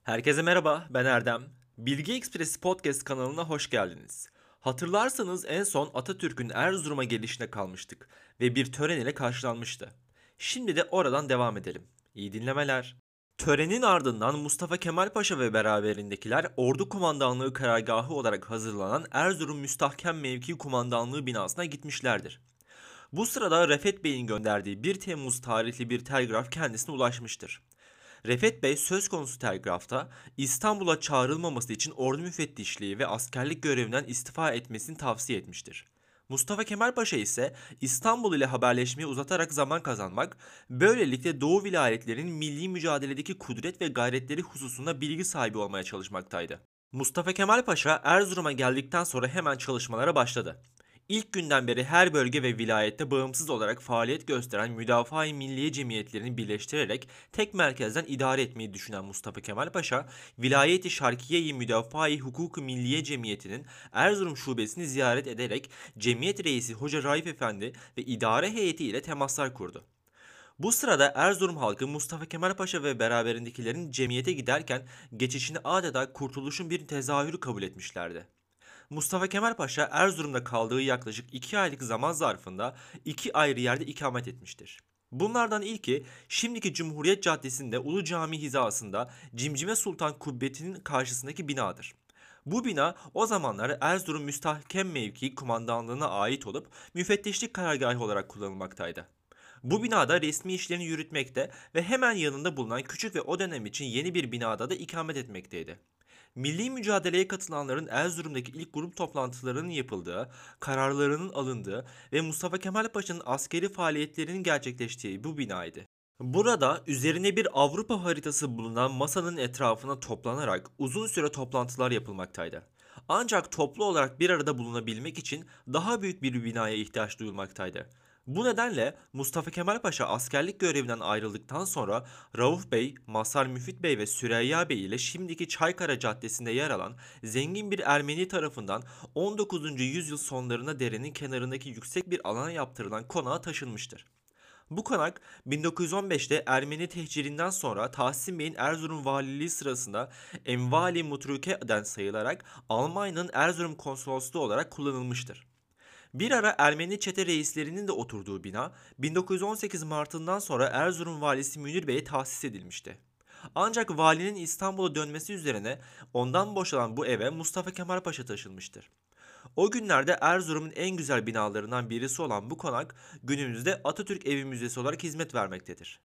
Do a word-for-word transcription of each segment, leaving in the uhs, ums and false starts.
Herkese merhaba, ben Erdem. Bilgi Ekspresi Podcast kanalına hoş geldiniz. Hatırlarsanız en son Atatürk'ün Erzurum'a gelişine kalmıştık ve bir tören ile karşılanmıştı. Şimdi de oradan devam edelim. İyi dinlemeler. Törenin ardından Mustafa Kemal Paşa ve beraberindekiler Ordu Kumandanlığı Karargahı olarak hazırlanan Erzurum Müstahkem Mevki Kumandanlığı binasına gitmişlerdir. Bu sırada Refet Bey'in gönderdiği bir Temmuz tarihli bir telgraf kendisine ulaşmıştır. Refet Bey söz konusu telgrafta İstanbul'a çağrılmaması için ordu müfettişliği ve askerlik görevinden istifa etmesini tavsiye etmiştir. Mustafa Kemal Paşa ise İstanbul ile haberleşmeyi uzatarak zaman kazanmak, böylelikle Doğu vilayetlerinin milli mücadeledeki kudret ve gayretleri hususunda bilgi sahibi olmaya çalışmaktaydı. Mustafa Kemal Paşa Erzurum'a geldikten sonra hemen çalışmalara başladı. İlk günden beri her bölge ve vilayette bağımsız olarak faaliyet gösteren Müdafaa-i Milliye Cemiyetlerini birleştirerek tek merkezden idare etmeyi düşünen Mustafa Kemal Paşa, Vilayeti Şarkiye-i Müdafaa-i Hukuk-u Milliye Cemiyeti'nin Erzurum şubesini ziyaret ederek Cemiyet Reisi Hoca Raif Efendi ve idare heyeti ile temaslar kurdu. Bu sırada Erzurum halkı Mustafa Kemal Paşa ve beraberindekilerin cemiyete giderken geçişini adeta kurtuluşun bir tezahürü kabul etmişlerdi. Mustafa Kemal Paşa Erzurum'da kaldığı yaklaşık iki aylık zaman zarfında iki ayrı yerde ikamet etmiştir. Bunlardan ilki şimdiki Cumhuriyet Caddesi'nde Ulu Cami hizasında Cimcime Sultan Kubbeti'nin karşısındaki binadır. Bu bina o zamanlar Erzurum Müstahkem Mevki Kumandanlığı'na ait olup müfettişlik karargahı olarak kullanılmaktaydı. Bu binada resmi işlerini yürütmekte ve hemen yanında bulunan küçük ve o dönem için yeni bir binada da ikamet etmekteydi. Milli mücadeleye katılanların Erzurum'daki ilk grup toplantılarının yapıldığı, kararlarının alındığı ve Mustafa Kemal Paşa'nın askeri faaliyetlerinin gerçekleştiği bu binaydı. Burada üzerine bir Avrupa haritası bulunan masanın etrafına toplanarak uzun süre toplantılar yapılmaktaydı. Ancak toplu olarak bir arada bulunabilmek için daha büyük bir binaya ihtiyaç duyulmaktaydı. Bu nedenle Mustafa Kemal Paşa askerlik görevinden ayrıldıktan sonra Rauf Bey, Mazhar Müfit Bey ve Süreyya Bey ile şimdiki Çaykara Caddesi'nde yer alan zengin bir Ermeni tarafından on dokuzuncu yüzyıl sonlarına derenin kenarındaki yüksek bir alana yaptırılan konağa taşınmıştır. Bu konak bin dokuz yüz on beşte Ermeni tehcirinden sonra Tahsin Bey'in Erzurum valiliği sırasında Envali Mutruke'den sayılarak Almanya'nın Erzurum konsolosluğu olarak kullanılmıştır. Bir ara Ermeni çete reislerinin de oturduğu bina bin dokuz yüz on sekiz Mart'ından sonra Erzurum valisi Münir Bey'e tahsis edilmişti. Ancak valinin İstanbul'a dönmesi üzerine ondan boşalan bu eve Mustafa Kemal Paşa taşınmıştır. O günlerde Erzurum'un en güzel binalarından birisi olan bu konak günümüzde Atatürk Evi Müzesi olarak hizmet vermektedir.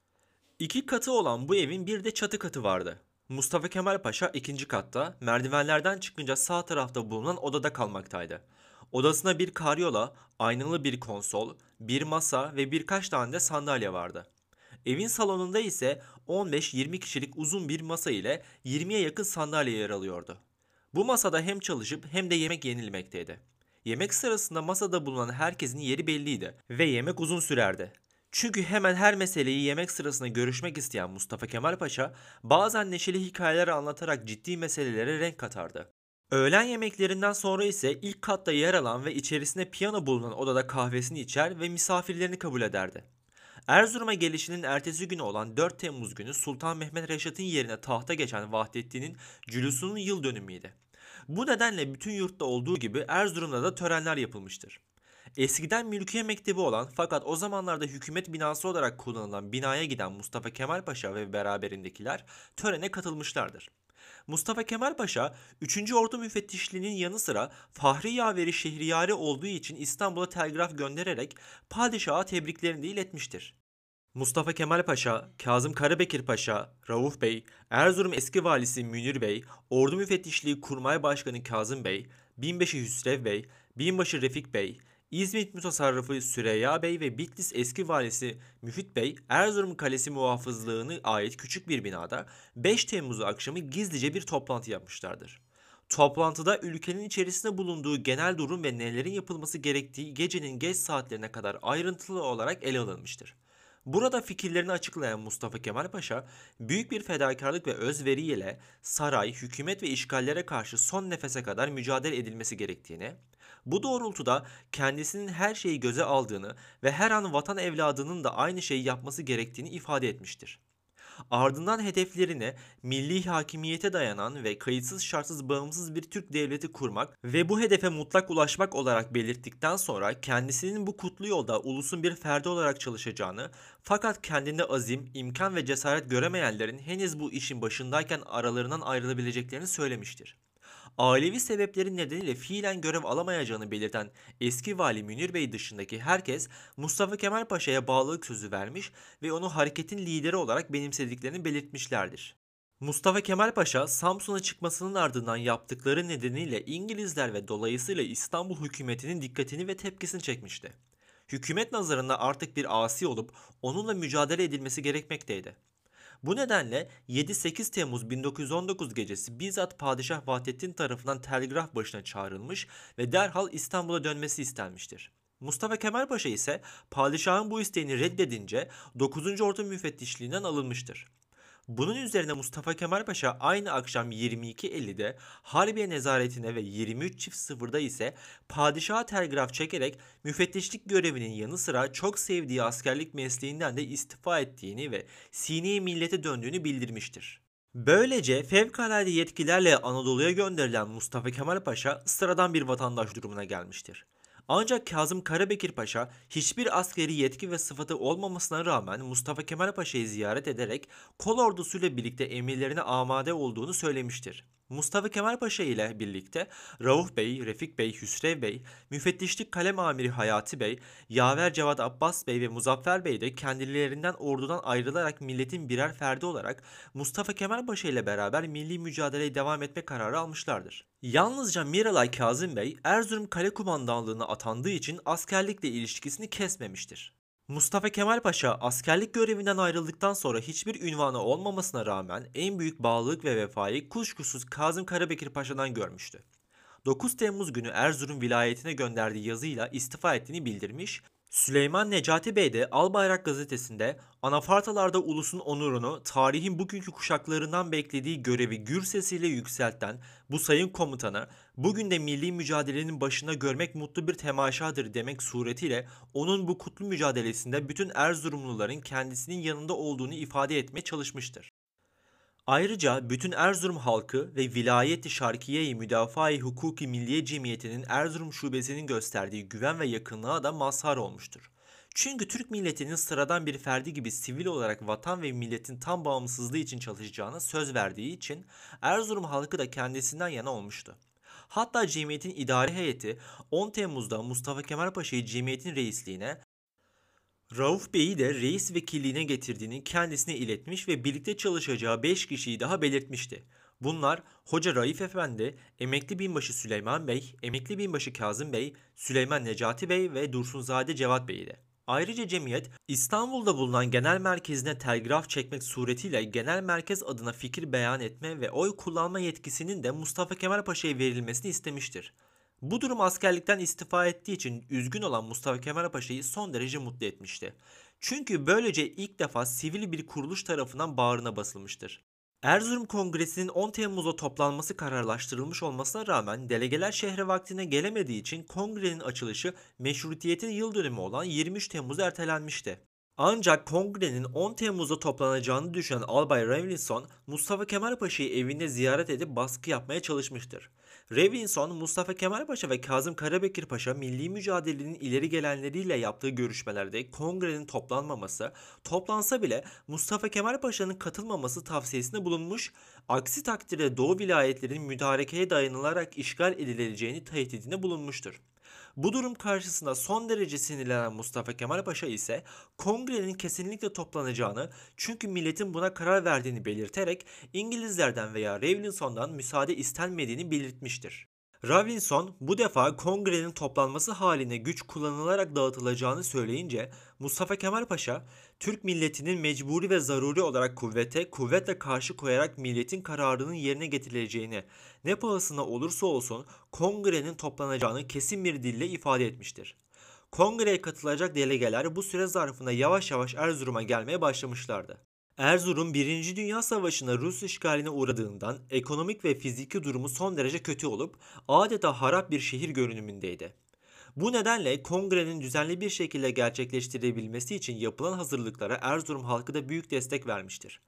İki katı olan bu evin bir de çatı katı vardı. Mustafa Kemal Paşa ikinci katta merdivenlerden çıkınca sağ tarafta bulunan odada kalmaktaydı. Odasına bir karyola, aynalı bir konsol, bir masa ve birkaç tane de sandalye vardı. Evin salonunda ise on beş yirmi kişilik uzun bir masa ile yirmiye yakın sandalye yer alıyordu. Bu masada hem çalışıp hem de yemek yenilmekteydi. Yemek sırasında masada bulunan herkesin yeri belliydi ve yemek uzun sürerdi. Çünkü hemen her meseleyi yemek sırasında görüşmek isteyen Mustafa Kemal Paşa bazen neşeli hikayeler anlatarak ciddi meselelere renk katardı. Öğlen yemeklerinden sonra ise ilk katta yer alan ve içerisinde piyano bulunan odada kahvesini içer ve misafirlerini kabul ederdi. Erzurum'a gelişinin ertesi günü olan dört Temmuz günü Sultan Mehmet Reşat'ın yerine tahta geçen Vahdettin'in cülüsunun yıl dönümüydü. Bu nedenle bütün yurtta olduğu gibi Erzurum'da da törenler yapılmıştır. Eskiden mülkiye mektebi olan fakat o zamanlarda hükümet binası olarak kullanılan binaya giden Mustafa Kemal Paşa ve beraberindekiler törene katılmışlardır. Mustafa Kemal Paşa üçüncü. Ordu Müfettişliğinin yanı sıra Fahri Yaveri Şehriyari olduğu için İstanbul'a telgraf göndererek padişaha tebriklerini de iletmiştir. Mustafa Kemal Paşa, Kazım Karabekir Paşa, Rauf Bey, Erzurum eski valisi Münir Bey, Ordu Müfettişliği Kurmay Başkanı Kazım Bey, Binbaşı Hüsrev Bey, Binbaşı Refik Bey, İzmit Mutasarrıfı Süreyya Bey ve Bitlis eski valisi Müfit Bey, Erzurum Kalesi muhafızlığına ait küçük bir binada beş Temmuz akşamı gizlice bir toplantı yapmışlardır. Toplantıda ülkenin içerisinde bulunduğu genel durum ve nelerin yapılması gerektiği gecenin geç saatlerine kadar ayrıntılı olarak ele alınmıştır. Burada fikirlerini açıklayan Mustafa Kemal Paşa, büyük bir fedakarlık ve özveriyle saray, hükümet ve işgallere karşı son nefese kadar mücadele edilmesi gerektiğini, bu doğrultuda kendisinin her şeyi göze aldığını ve her an vatan evladının da aynı şeyi yapması gerektiğini ifade etmiştir. Ardından hedeflerini milli hakimiyete dayanan ve kayıtsız şartsız bağımsız bir Türk devleti kurmak ve bu hedefe mutlak ulaşmak olarak belirttikten sonra kendisinin bu kutlu yolda ulusun bir ferdi olarak çalışacağını, fakat kendinde azim, imkan ve cesaret göremeyenlerin henüz bu işin başındayken aralarından ayrılabileceklerini söylemiştir. Ailevi sebeplerin nedeniyle fiilen görev alamayacağını belirten eski vali Münir Bey dışındaki herkes Mustafa Kemal Paşa'ya bağlılık sözü vermiş ve onu hareketin lideri olarak benimsediklerini belirtmişlerdir. Mustafa Kemal Paşa, Samsun'a çıkmasının ardından yaptıkları nedeniyle İngilizler ve dolayısıyla İstanbul hükümetinin dikkatini ve tepkisini çekmişti. Hükümet nazarında artık bir asi olup onunla mücadele edilmesi gerekmekteydi. Bu nedenle yedi sekiz Temmuz bin dokuz yüz on dokuz gecesi bizzat Padişah Vahdettin tarafından telgraf başına çağrılmış ve derhal İstanbul'a dönmesi istenmiştir. Mustafa Kemal Paşa ise padişahın bu isteğini reddedince dokuzuncu Ordu Müfettişliğinden alınmıştır. Bunun üzerine Mustafa Kemal Paşa aynı akşam yirmi iki ellide Harbiye Nezaretine ve yirmi üç çift sıfırda ise padişaha telgraf çekerek müfettişlik görevinin yanı sıra çok sevdiği askerlik mesleğinden de istifa ettiğini ve Sine-i Millet'e döndüğünü bildirmiştir. Böylece fevkalade yetkilerle Anadolu'ya gönderilen Mustafa Kemal Paşa sıradan bir vatandaş durumuna gelmiştir. Ancak Kazım Karabekir Paşa hiçbir askeri yetki ve sıfatı olmamasına rağmen Mustafa Kemal Paşa'yı ziyaret ederek kol ordusuyla birlikte emirlerine amade olduğunu söylemiştir. Mustafa Kemal Paşa ile birlikte Rauf Bey, Refik Bey, Hüsrev Bey, Müfettişlik Kalem Amiri Hayati Bey, Yaver Cevat Abbas Bey ve Muzaffer Bey de kendilerinden ordudan ayrılarak milletin birer ferdi olarak Mustafa Kemal Paşa ile beraber milli mücadeleye devam etme kararı almışlardır. Yalnızca Miralay Kazım Bey Erzurum Kale Kumandanlığı'na atandığı için askerlikle ilişkisini kesmemiştir. Mustafa Kemal Paşa askerlik görevinden ayrıldıktan sonra hiçbir ünvanı olmamasına rağmen en büyük bağlılık ve vefayı kuşkusuz Kazım Karabekir Paşa'dan görmüştü. dokuz Temmuz günü Erzurum vilayetine gönderdiği yazıyla istifa ettiğini bildirmiş, Süleyman Necati Bey de Albayrak gazetesinde anafartalarda ulusun onurunu tarihin bugünkü kuşaklarından beklediği görevi gür sesiyle yükselten bu sayın komutanı bugün de milli mücadelenin başında görmek mutlu bir temaşadır demek suretiyle onun bu kutlu mücadelesinde bütün Erzurumluların kendisinin yanında olduğunu ifade etmeye çalışmıştır. Ayrıca bütün Erzurum halkı ve Vilayet-i Şarkiye-i Müdafaa-i Hukuki Milliye Cemiyeti'nin Erzurum şubesinin gösterdiği güven ve yakınlığa da mazhar olmuştur. Çünkü Türk milletinin sıradan bir ferdi gibi sivil olarak vatan ve milletin tam bağımsızlığı için çalışacağına söz verdiği için Erzurum halkı da kendisinden yana olmuştu. Hatta cemiyetin idari heyeti on Temmuz'da Mustafa Kemal Paşa'yı cemiyetin reisliğine, Rauf Bey'i de reis vekilliğine getirdiğini kendisine iletmiş ve birlikte çalışacağı beş kişiyi daha belirtmişti. Bunlar Hoca Raif Efendi, Emekli Binbaşı Süleyman Bey, Emekli Binbaşı Kazım Bey, Süleyman Necati Bey ve Dursunzade Cevat Bey'di. Ayrıca cemiyet İstanbul'da bulunan genel merkezine telgraf çekmek suretiyle genel merkez adına fikir beyan etme ve oy kullanma yetkisinin de Mustafa Kemal Paşa'ya verilmesini istemiştir. Bu durum askerlikten istifa ettiği için üzgün olan Mustafa Kemal Paşa'yı son derece mutlu etmişti. Çünkü böylece ilk defa sivil bir kuruluş tarafından bağrına basılmıştır. Erzurum Kongresi'nin on Temmuz'da toplanması kararlaştırılmış olmasına rağmen delegeler şehre vaktine gelemediği için kongrenin açılışı meşrutiyetin yıl dönümü olan yirmi üç Temmuz'a ertelenmişti. Ancak kongrenin on Temmuz'da toplanacağını düşünen Albay Rawlinson, Mustafa Kemal Paşa'yı evinde ziyaret edip baskı yapmaya çalışmıştır. Rawlinson, Mustafa Kemal Paşa ve Kazım Karabekir Paşa milli mücadelenin ileri gelenleriyle yaptığı görüşmelerde kongrenin toplanmaması, toplansa bile Mustafa Kemal Paşa'nın katılmaması tavsiyesinde bulunmuş, aksi takdirde Doğu vilayetlerinin müdarekeye dayanılarak işgal edileceğini tehdidinde bulunmuştur. Bu durum karşısında son derece sinirlenen Mustafa Kemal Paşa ise kongrenin kesinlikle toplanacağını çünkü milletin buna karar verdiğini belirterek İngilizlerden veya Rawlinson'dan müsaade istenmediğini belirtmiştir. Rawlinson bu defa kongrenin toplanması haline güç kullanılarak dağıtılacağını söyleyince Mustafa Kemal Paşa, Türk milletinin mecburi ve zaruri olarak kuvvete, kuvvetle karşı koyarak milletin kararının yerine getirileceğini, ne pahasına olursa olsun kongrenin toplanacağını kesin bir dille ifade etmiştir. Kongreye katılacak delegeler bu süre zarfında yavaş yavaş Erzurum'a gelmeye başlamışlardı. Erzurum birinci. Dünya Savaşı'nda Rus işgaline uğradığından ekonomik ve fiziki durumu son derece kötü olup adeta harap bir şehir görünümündeydi. Bu nedenle kongrenin düzenli bir şekilde gerçekleştirilebilmesi için yapılan hazırlıklara Erzurum halkı da büyük destek vermiştir.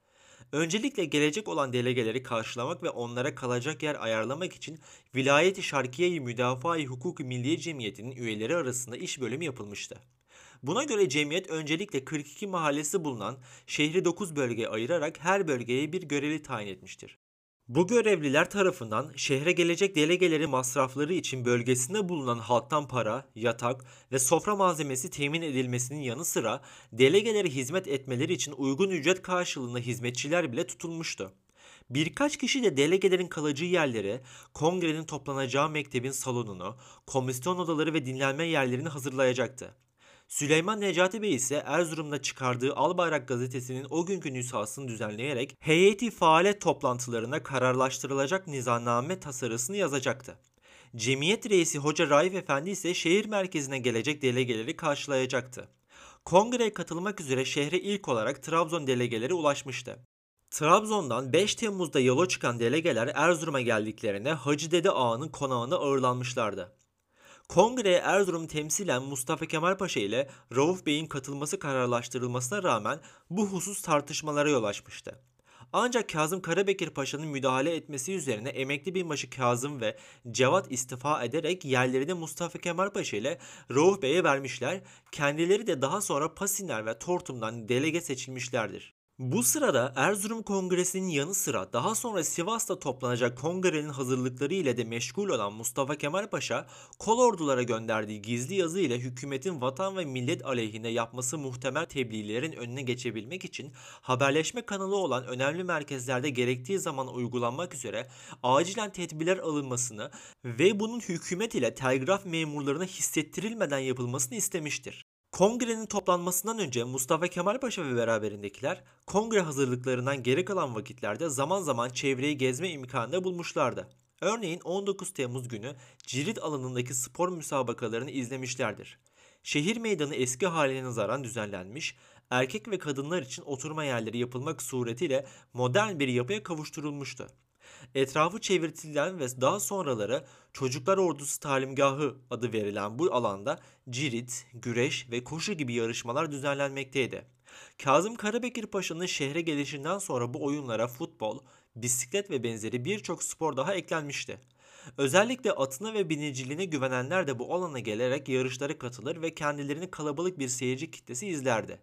Öncelikle gelecek olan delegeleri karşılamak ve onlara kalacak yer ayarlamak için Vilayet-i Şarkiye-i Müdafaa-i Hukuk-u Milliye Cemiyeti'nin üyeleri arasında iş bölümü yapılmıştı. Buna göre cemiyet öncelikle kırk iki mahallesi bulunan şehri dokuz bölgeye ayırarak her bölgeye bir görevli tayin etmiştir. Bu görevliler tarafından şehre gelecek delegeleri masrafları için bölgesinde bulunan halktan para, yatak ve sofra malzemesi temin edilmesinin yanı sıra delegelere hizmet etmeleri için uygun ücret karşılığında hizmetçiler bile tutulmuştu. Birkaç kişi de delegelerin kalacağı yerleri, kongrenin toplanacağı mektebin salonunu, komisyon odaları ve dinlenme yerlerini hazırlayacaktı. Süleyman Necati Bey ise Erzurum'da çıkardığı Albayrak gazetesinin o günkü nüshasını düzenleyerek heyeti faaliyet toplantılarına kararlaştırılacak nizamname tasarısını yazacaktı. Cemiyet reisi Hoca Raif Efendi ise şehir merkezine gelecek delegeleri karşılayacaktı. Kongreye katılmak üzere şehre ilk olarak Trabzon delegeleri ulaşmıştı. Trabzon'dan beş Temmuz'da yola çıkan delegeler Erzurum'a geldiklerinde Hacı Dede Ağa'nın konağında ağırlanmışlardı. Kongreye Erzurum temsilen Mustafa Kemal Paşa ile Rauf Bey'in katılması kararlaştırılmasına rağmen bu husus tartışmalara yol açmıştı. Ancak Kazım Karabekir Paşa'nın müdahale etmesi üzerine emekli binbaşı Kazım ve Cevat istifa ederek yerlerini Mustafa Kemal Paşa ile Rauf Bey'e vermişler, kendileri de daha sonra Pasiner ve Tortum'dan delege seçilmişlerdir. Bu sırada Erzurum Kongresi'nin yanı sıra daha sonra Sivas'ta toplanacak kongrenin hazırlıkları ile de meşgul olan Mustafa Kemal Paşa, kolordulara gönderdiği gizli yazı ile hükümetin vatan ve millet aleyhine yapması muhtemel tebliğlerin önüne geçebilmek için haberleşme kanalı olan önemli merkezlerde gerektiği zaman uygulanmak üzere acilen tedbirler alınmasını ve bunun hükümet ile telgraf memurlarına hissettirilmeden yapılmasını istemiştir. Kongrenin toplanmasından önce Mustafa Kemal Paşa ve beraberindekiler kongre hazırlıklarından geri kalan vakitlerde zaman zaman çevreyi gezme imkanı bulmuşlardı. Örneğin on dokuz Temmuz günü Cirit alanındaki spor müsabakalarını izlemişlerdir. Şehir meydanı eski haline nazaran düzenlenmiş, erkek ve kadınlar için oturma yerleri yapılmak suretiyle modern bir yapıya kavuşturulmuştu. Etrafı çevritilen ve daha sonraları Çocuklar Ordusu Talimgahı adı verilen bu alanda cirit, güreş ve koşu gibi yarışmalar düzenlenmekteydi. Kazım Karabekir Paşa'nın şehre gelişinden sonra bu oyunlara futbol, bisiklet ve benzeri birçok spor daha eklenmişti. Özellikle atına ve biniciliğine güvenenler de bu alana gelerek yarışlara katılır ve kendilerini kalabalık bir seyirci kitlesi izlerdi.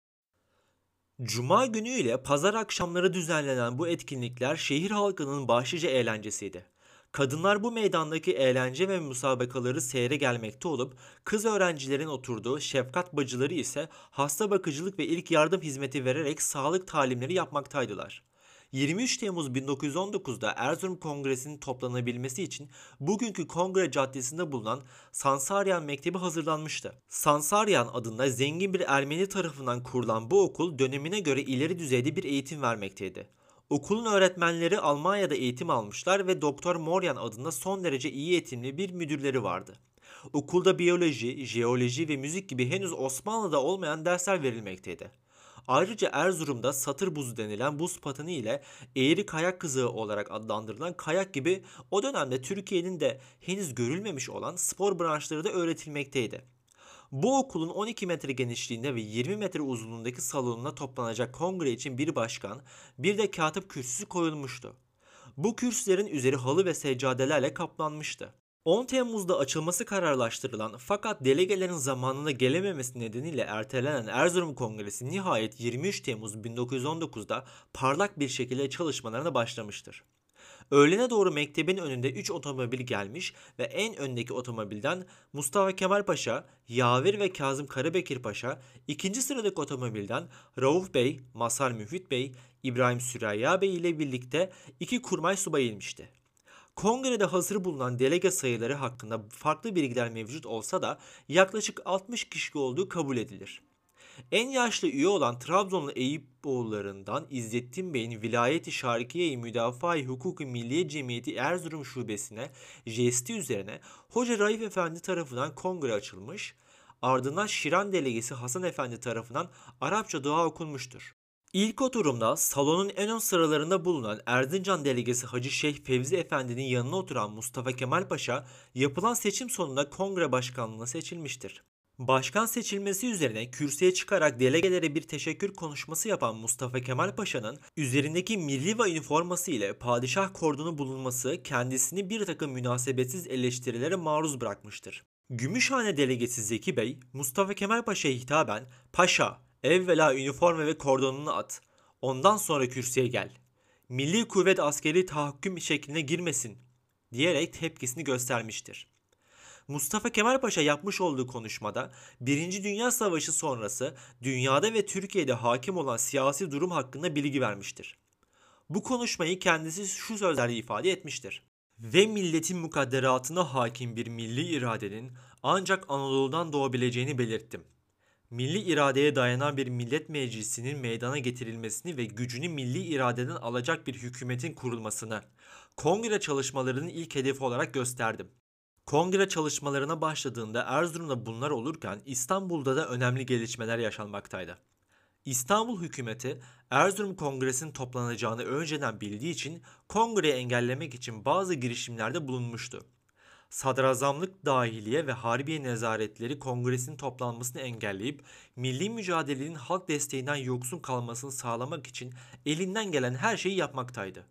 Cuma günü ile pazar akşamları düzenlenen bu etkinlikler şehir halkının başlıca eğlencesiydi. Kadınlar bu meydandaki eğlence ve müsabakaları seyre gelmekte olup kız öğrencilerin oturduğu şefkat bacıları ise hasta bakıcılık ve ilk yardım hizmeti vererek sağlık talimleri yapmaktaydılar. yirmi üç Temmuz bin dokuz yüz on dokuz'da Erzurum Kongresi'nin toplanabilmesi için bugünkü Kongre Caddesi'nde bulunan Sansaryan Mektebi hazırlanmıştı. Sansaryan adında zengin bir Ermeni tarafından kurulan bu okul dönemine göre ileri düzeyde bir eğitim vermekteydi. Okulun öğretmenleri Almanya'da eğitim almışlar ve Doktor Moryan adında son derece iyi eğitimli bir müdürleri vardı. Okulda biyoloji, jeoloji ve müzik gibi henüz Osmanlı'da olmayan dersler verilmekteydi. Ayrıca Erzurum'da satır buzu denilen buz pateni ile eğri kayak kızığı olarak adlandırılan kayak gibi o dönemde Türkiye'nin de henüz görülmemiş olan spor branşları da öğretilmekteydi. Bu okulun on iki metre genişliğinde ve yirmi metre uzunluğundaki salonuna toplanacak kongre için bir başkan, bir de katip kürsüsü koyulmuştu. Bu kürsülerin üzeri halı ve seccadelerle kaplanmıştı. on Temmuz'da açılması kararlaştırılan fakat delegelerin zamanına gelememesi nedeniyle ertelenen Erzurum Kongresi nihayet yirmi üç Temmuz bin dokuz yüz on dokuz'da parlak bir şekilde çalışmalarına başlamıştır. Öğlene doğru mektebin önünde üç otomobil gelmiş ve en öndeki otomobilden Mustafa Kemal Paşa, Yavir ve Kazım Karabekir Paşa, ikinci sıradaki otomobilden Rauf Bey, Mazhar Müfit Bey, İbrahim Süreyya Bey ile birlikte iki kurmay subay inmişti. Kongrede hazır bulunan delege sayıları hakkında farklı bilgiler mevcut olsa da yaklaşık altmış kişi olduğu kabul edilir. En yaşlı üye olan Trabzonlu Eyüboğullarından İzzettin Bey'in Vilayet-i Şarkiye-i Müdafaa-i Hukuk-u Milliye Cemiyeti Erzurum Şubesi'ne jesti üzerine Hoca Raif Efendi tarafından kongre açılmış, ardından Şiran delegesi Hasan Efendi tarafından Arapça dua okunmuştur. İlk oturumda salonun en ön sıralarında bulunan Erzincan delegesi Hacı Şeyh Fevzi Efendi'nin yanına oturan Mustafa Kemal Paşa yapılan seçim sonunda kongre başkanlığına seçilmiştir. Başkan seçilmesi üzerine kürsüye çıkarak delegelere bir teşekkür konuşması yapan Mustafa Kemal Paşa'nın üzerindeki milli ve üniforması ile padişah kordonu bulunması kendisini bir takım münasebetsiz eleştirilere maruz bırakmıştır. Gümüşhane delegesi Zeki Bey, Mustafa Kemal Paşa'ya hitaben "Paşa, evvela üniforma ve kordonunu at, ondan sonra kürsüye gel. Milli kuvvet askeri tahakküm şekline girmesin" diyerek tepkisini göstermiştir. Mustafa Kemal Paşa yapmış olduğu konuşmada Birinci Dünya Savaşı sonrası dünyada ve Türkiye'de hakim olan siyasi durum hakkında bilgi vermiştir. Bu konuşmayı kendisi şu sözlerle ifade etmiştir: "Ve milletin mukadderatına hakim bir milli iradenin ancak Anadolu'dan doğabileceğini belirttim. Milli iradeye dayanan bir millet meclisinin meydana getirilmesini ve gücünü milli iradeden alacak bir hükümetin kurulmasını kongre çalışmalarının ilk hedefi olarak gösterdim. Kongre çalışmalarına başladığında Erzurum'da bunlar olurken İstanbul'da da önemli gelişmeler yaşanmaktaydı. İstanbul hükümeti Erzurum Kongresi'nin toplanacağını önceden bildiği için kongreyi engellemek için bazı girişimlerde bulunmuştu. Sadrazamlık, dahiliye ve harbiye nezaretleri kongresinin toplanmasını engelleyip milli mücadelenin halk desteğinden yoksun kalmasını sağlamak için elinden gelen her şeyi yapmaktaydı.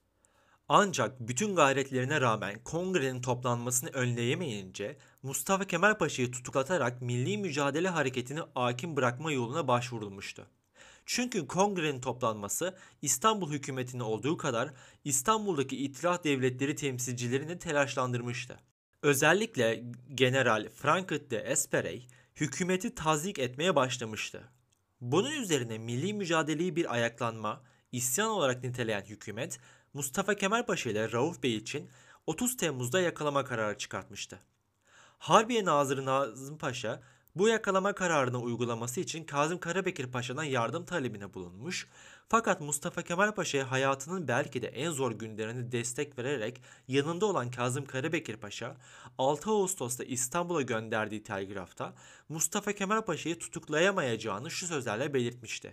Ancak bütün gayretlerine rağmen kongrenin toplanmasını önleyemeyince Mustafa Kemal Paşa'yı tutuklatarak milli mücadele hareketini hakim bırakma yoluna başvurulmuştu. Çünkü kongrenin toplanması İstanbul hükümetinin olduğu kadar İstanbul'daki itilaf devletleri temsilcilerini telaşlandırmıştı. Özellikle General Franklin de Esperey hükümeti tazyik etmeye başlamıştı. Bunun üzerine milli mücadeleyi bir ayaklanma, isyan olarak niteleyen hükümet Mustafa Kemal Paşa ile Rauf Bey için otuz Temmuz'da yakalama kararı çıkartmıştı. Harbiye Nazırı Nazım Paşa bu yakalama kararını uygulaması için Kazım Karabekir Paşa'dan yardım talebine bulunmuş, fakat Mustafa Kemal Paşa'ya hayatının belki de en zor günlerinde destek vererek yanında olan Kazım Karabekir Paşa altı Ağustos'ta İstanbul'a gönderdiği telgrafta Mustafa Kemal Paşa'yı tutuklayamayacağını şu sözlerle belirtmişti: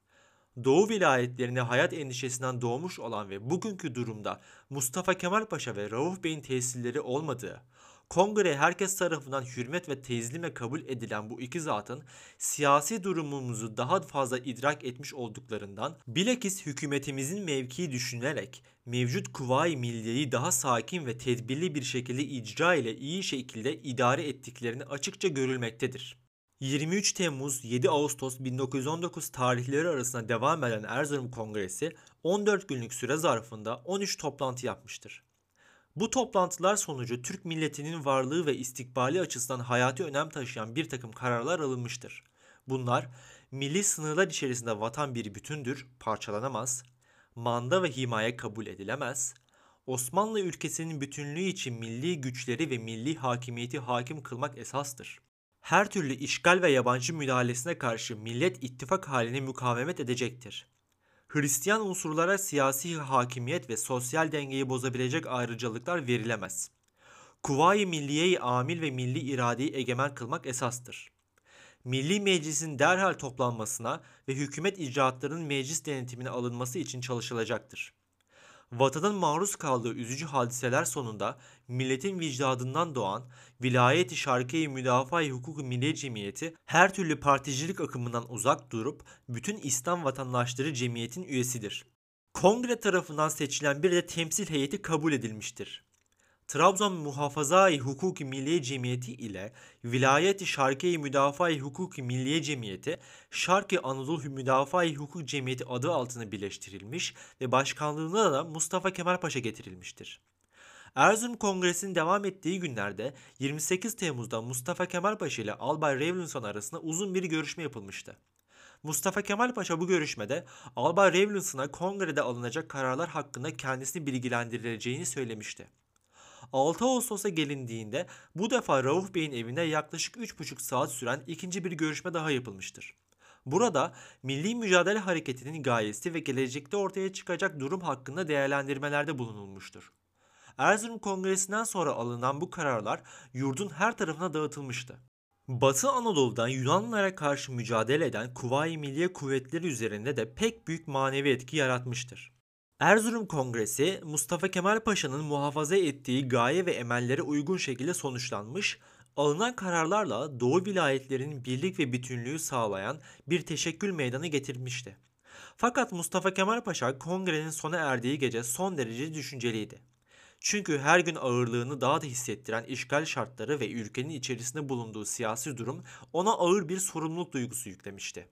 "Doğu vilayetlerine hayat endişesinden doğmuş olan ve bugünkü durumda Mustafa Kemal Paşa ve Rauf Bey'in tesirleri olmadığı, kongre herkes tarafından hürmet ve tezlime kabul edilen bu iki zatın siyasi durumumuzu daha fazla idrak etmiş olduklarından bilakis hükümetimizin mevkii düşünülerek mevcut Kuvayi Milliye'yi daha sakin ve tedbirli bir şekilde icra ile iyi şekilde idare ettiklerini açıkça görülmektedir." yirmi üç Temmuz yedi Ağustos bin dokuz yüz on dokuz tarihleri arasında devam eden Erzurum Kongresi on dört günlük süre zarfında on üç toplantı yapmıştır. Bu toplantılar sonucu Türk milletinin varlığı ve istikbali açısından hayati önem taşıyan bir takım kararlar alınmıştır. Bunlar, milli sınırlar içerisinde vatan bir bütündür, parçalanamaz, manda ve himaye kabul edilemez, Osmanlı ülkesinin bütünlüğü için milli güçleri ve milli hakimiyeti hakim kılmak esastır. Her türlü işgal ve yabancı müdahalesine karşı millet ittifak haline mukavemet edecektir. Hristiyan unsurlara siyasi hakimiyet ve sosyal dengeyi bozabilecek ayrıcalıklar verilemez. Kuvayi Milliye-i amil ve milli iradeyi egemen kılmak esastır. Milli Meclis'in derhal toplanmasına ve hükümet icraatlarının meclis denetimine alınması için çalışılacaktır. Vatanın maruz kaldığı üzücü hadiseler sonunda milletin vicdadından doğan Vilayet-i Şarkiye-i Müdafaa-i Hukuk-u Milliye Cemiyeti her türlü particilik akımından uzak durup bütün İslam vatandaşları cemiyetin üyesidir. Kongre tarafından seçilen bir de temsil heyeti kabul edilmiştir. Trabzon Muhafaza-i Hukuk-i Milliye Cemiyeti ile Vilayet-i Şarkiye-i Müdafaa-i Hukuk-i Milliye Cemiyeti, Şarkı Anadolu Müdafaa-i Hukuk Cemiyeti adı altında birleştirilmiş ve başkanlığına da Mustafa Kemal Paşa getirilmiştir. Erzurum Kongresi'nin devam ettiği günlerde yirmi sekiz Temmuz'da Mustafa Kemal Paşa ile Albay Revlinson arasında uzun bir görüşme yapılmıştı. Mustafa Kemal Paşa bu görüşmede Albay Revlinson'a kongrede alınacak kararlar hakkında kendisini bilgilendirileceğini söylemişti. altı Ağustos'a gelindiğinde bu defa Rauf Bey'in evinde yaklaşık üç buçuk saat süren ikinci bir görüşme daha yapılmıştır. Burada Milli Mücadele Hareketi'nin gayesi ve gelecekte ortaya çıkacak durum hakkında değerlendirmelerde bulunulmuştur. Erzurum Kongresi'nden sonra alınan bu kararlar yurdun her tarafına dağıtılmıştı. Batı Anadolu'dan Yunanlılara karşı mücadele eden Kuvayi Milliye kuvvetleri üzerinde de pek büyük manevi etki yaratmıştır. Erzurum Kongresi, Mustafa Kemal Paşa'nın muhafaza ettiği gaye ve emellere uygun şekilde sonuçlanmış, Alınan kararlarla Doğu vilayetlerinin birlik ve bütünlüğü sağlayan bir teşekkül meydana getirmişti. Fakat Mustafa Kemal Paşa kongrenin sona erdiği gece son derece düşünceliydi. Çünkü her gün ağırlığını daha da hissettiren işgal şartları ve ülkenin içerisinde bulunduğu siyasi durum ona ağır bir sorumluluk duygusu yüklemişti.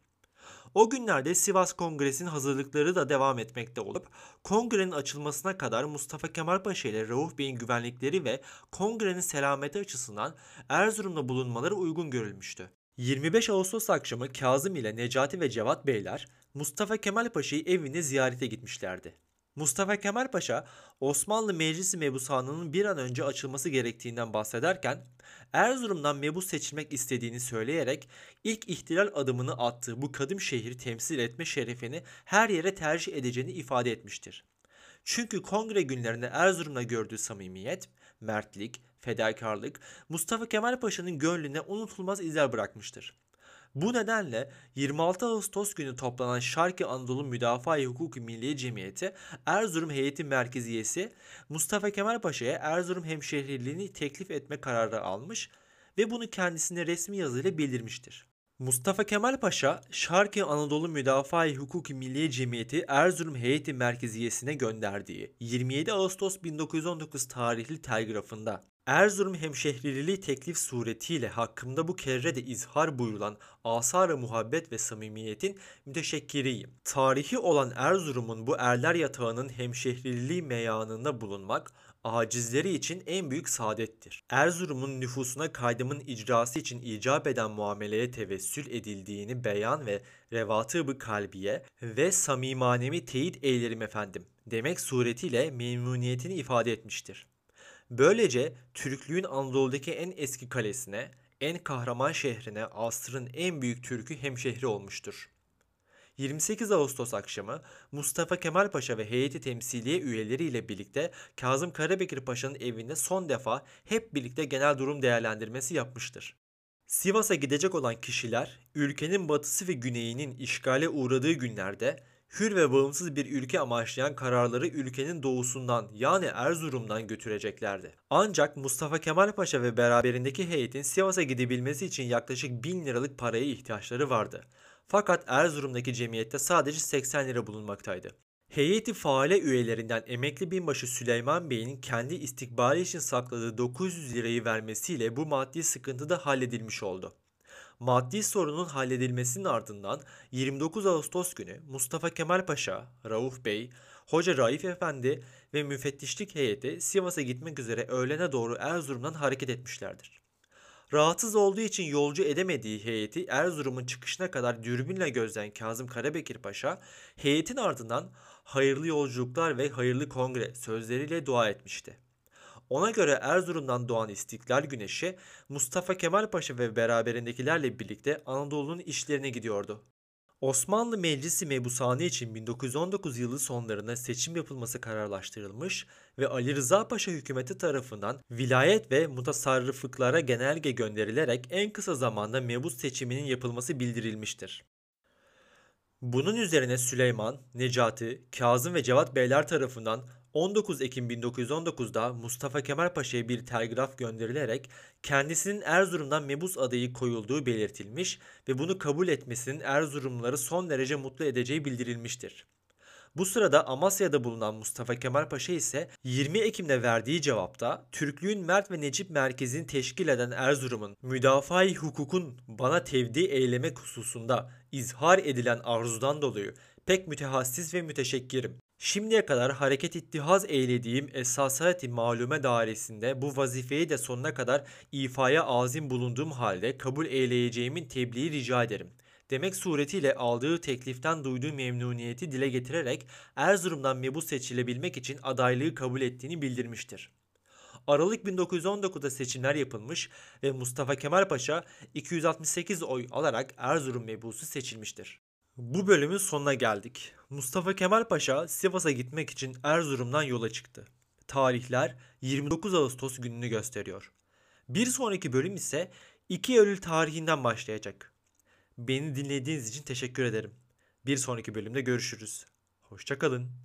O günlerde Sivas Kongresi'nin hazırlıkları da devam etmekte olup kongrenin açılmasına kadar Mustafa Kemal Paşa ile Rauf Bey'in güvenlikleri ve kongrenin selameti açısından Erzurum'da bulunmaları uygun görülmüştü. yirmi beş Ağustos akşamı Kazım ile Necati ve Cevat Beyler Mustafa Kemal Paşa'yı evinde ziyarete gitmişlerdi. Mustafa Kemal Paşa, Osmanlı Meclisi Mebusanı'nın bir an önce açılması gerektiğinden bahsederken, Erzurum'dan mebus seçilmek istediğini söyleyerek ilk ihtilal adımını attığı bu kadim şehri temsil etme şerefini her yere tercih edeceğini ifade etmiştir. Çünkü kongre günlerinde Erzurum'da gördüğü samimiyet, mertlik, fedakarlık Mustafa Kemal Paşa'nın gönlüne unutulmaz izler bırakmıştır. Bu nedenle yirmi altı Ağustos günü toplanan Şarkı Anadolu Müdafaa-i Hukuki Milliye Cemiyeti Erzurum Heyeti Merkeziyesi Mustafa Kemal Paşa'ya Erzurum hemşehriliğini teklif etme kararı almış ve bunu kendisine resmi yazıyla bildirmiştir. Mustafa Kemal Paşa, Şarkı Anadolu Müdafaa-i Hukuki Milliye Cemiyeti Erzurum Heyeti Merkeziyesi'ne gönderdiği yirmi yedi Ağustos bin dokuz yüz on dokuz tarihli telgrafında Erzurum hemşehriliği teklif suretiyle hakkımda bu kere de izhar buyurulan asar-ı muhabbet ve samimiyetin müteşekkiriyim. Tarihi olan Erzurum'un bu erler yatağının hemşehriliği meyanında bulunmak acizleri için en büyük saadettir. Erzurum'un nüfusuna kaydımın icrası için icap eden muameleye tevessül edildiğini beyan ve revatı-ı kalbiye ve samimanemi teyit eylerim efendim demek suretiyle memnuniyetini ifade etmiştir. Böylece Türklüğün Anadolu'daki en eski kalesine, en kahraman şehrine asrın en büyük Türk'ü hemşehri olmuştur. yirmi sekiz Ağustos akşamı Mustafa Kemal Paşa ve heyeti temsiliye üyeleriyle birlikte Kazım Karabekir Paşa'nın evinde son defa hep birlikte genel durum değerlendirmesi yapmıştır. Sivas'a gidecek olan kişiler ülkenin batısı ve güneyinin işgale uğradığı günlerde hür ve bağımsız bir ülke amaçlayan kararları ülkenin doğusundan yani Erzurum'dan götüreceklerdi. Ancak Mustafa Kemal Paşa ve beraberindeki heyetin Sivas'a gidebilmesi için yaklaşık bin liralık paraya ihtiyaçları vardı. Fakat Erzurum'daki cemiyette sadece seksen lira bulunmaktaydı. Heyeti faale üyelerinden emekli binbaşı Süleyman Bey'in kendi istikbali için sakladığı dokuz yüz lirayı vermesiyle bu maddi sıkıntı da halledilmiş oldu. Maddi sorunun halledilmesinin ardından yirmi dokuz Ağustos günü Mustafa Kemal Paşa, Rauf Bey, Hoca Raif Efendi ve müfettişlik heyeti Sivas'a gitmek üzere öğlene doğru Erzurum'dan hareket etmişlerdir. Rahatsız olduğu için yolcu edemediği heyeti Erzurum'un çıkışına kadar dürbünle gözleyen Kazım Karabekir Paşa, heyetin ardından hayırlı yolculuklar ve hayırlı kongre sözleriyle dua etmişti. Ona göre Erzurum'dan doğan İstiklal Güneşi Mustafa Kemal Paşa ve beraberindekilerle birlikte Anadolu'nun işlerine gidiyordu. Osmanlı Meclisi Mebusanı için bin dokuz yüz on dokuz yılı sonlarında seçim yapılması kararlaştırılmış ve Ali Rıza Paşa hükümeti tarafından vilayet ve mutasarrıflıklara genelge gönderilerek en kısa zamanda mebus seçiminin yapılması bildirilmiştir. Bunun üzerine Süleyman, Necati, Kazım ve Cevat Beyler tarafından on dokuz Ekim bin dokuz yüz on dokuzda Mustafa Kemal Paşa'ya bir telgraf gönderilerek kendisinin Erzurum'dan mebus adayı koyulduğu belirtilmiş ve bunu kabul etmesinin Erzurumluları son derece mutlu edeceği bildirilmiştir. Bu sırada Amasya'da bulunan Mustafa Kemal Paşa ise yirmi Ekim'de verdiği cevapta Türklüğün Mert ve Necip merkezini teşkil eden Erzurum'un müdafaa-i hukukun bana tevdi eylemek hususunda izhar edilen arzudan dolayı pek mütehassiz ve müteşekkirim. Şimdiye kadar hareket ittihaz eylediğim esasat-ı malume dairesinde bu vazifeyi de sonuna kadar ifaya azim bulunduğum halde kabul eyleyeceğimin tebliği rica ederim demek suretiyle aldığı tekliften duyduğu memnuniyeti dile getirerek Erzurum'dan mebus seçilebilmek için adaylığı kabul ettiğini bildirmiştir. Aralık bin dokuz yüz on dokuzda seçimler yapılmış ve Mustafa Kemal Paşa iki yüz altmış sekiz oy alarak Erzurum mebusu seçilmiştir. Bu bölümün sonuna geldik. Mustafa Kemal Paşa Sivas'a gitmek için Erzurum'dan yola çıktı. Tarihler yirmi dokuz Ağustos gününü gösteriyor. Bir sonraki bölüm ise iki Eylül tarihinden başlayacak. Beni dinlediğiniz için teşekkür ederim. Bir sonraki bölümde görüşürüz. Hoşça kalın.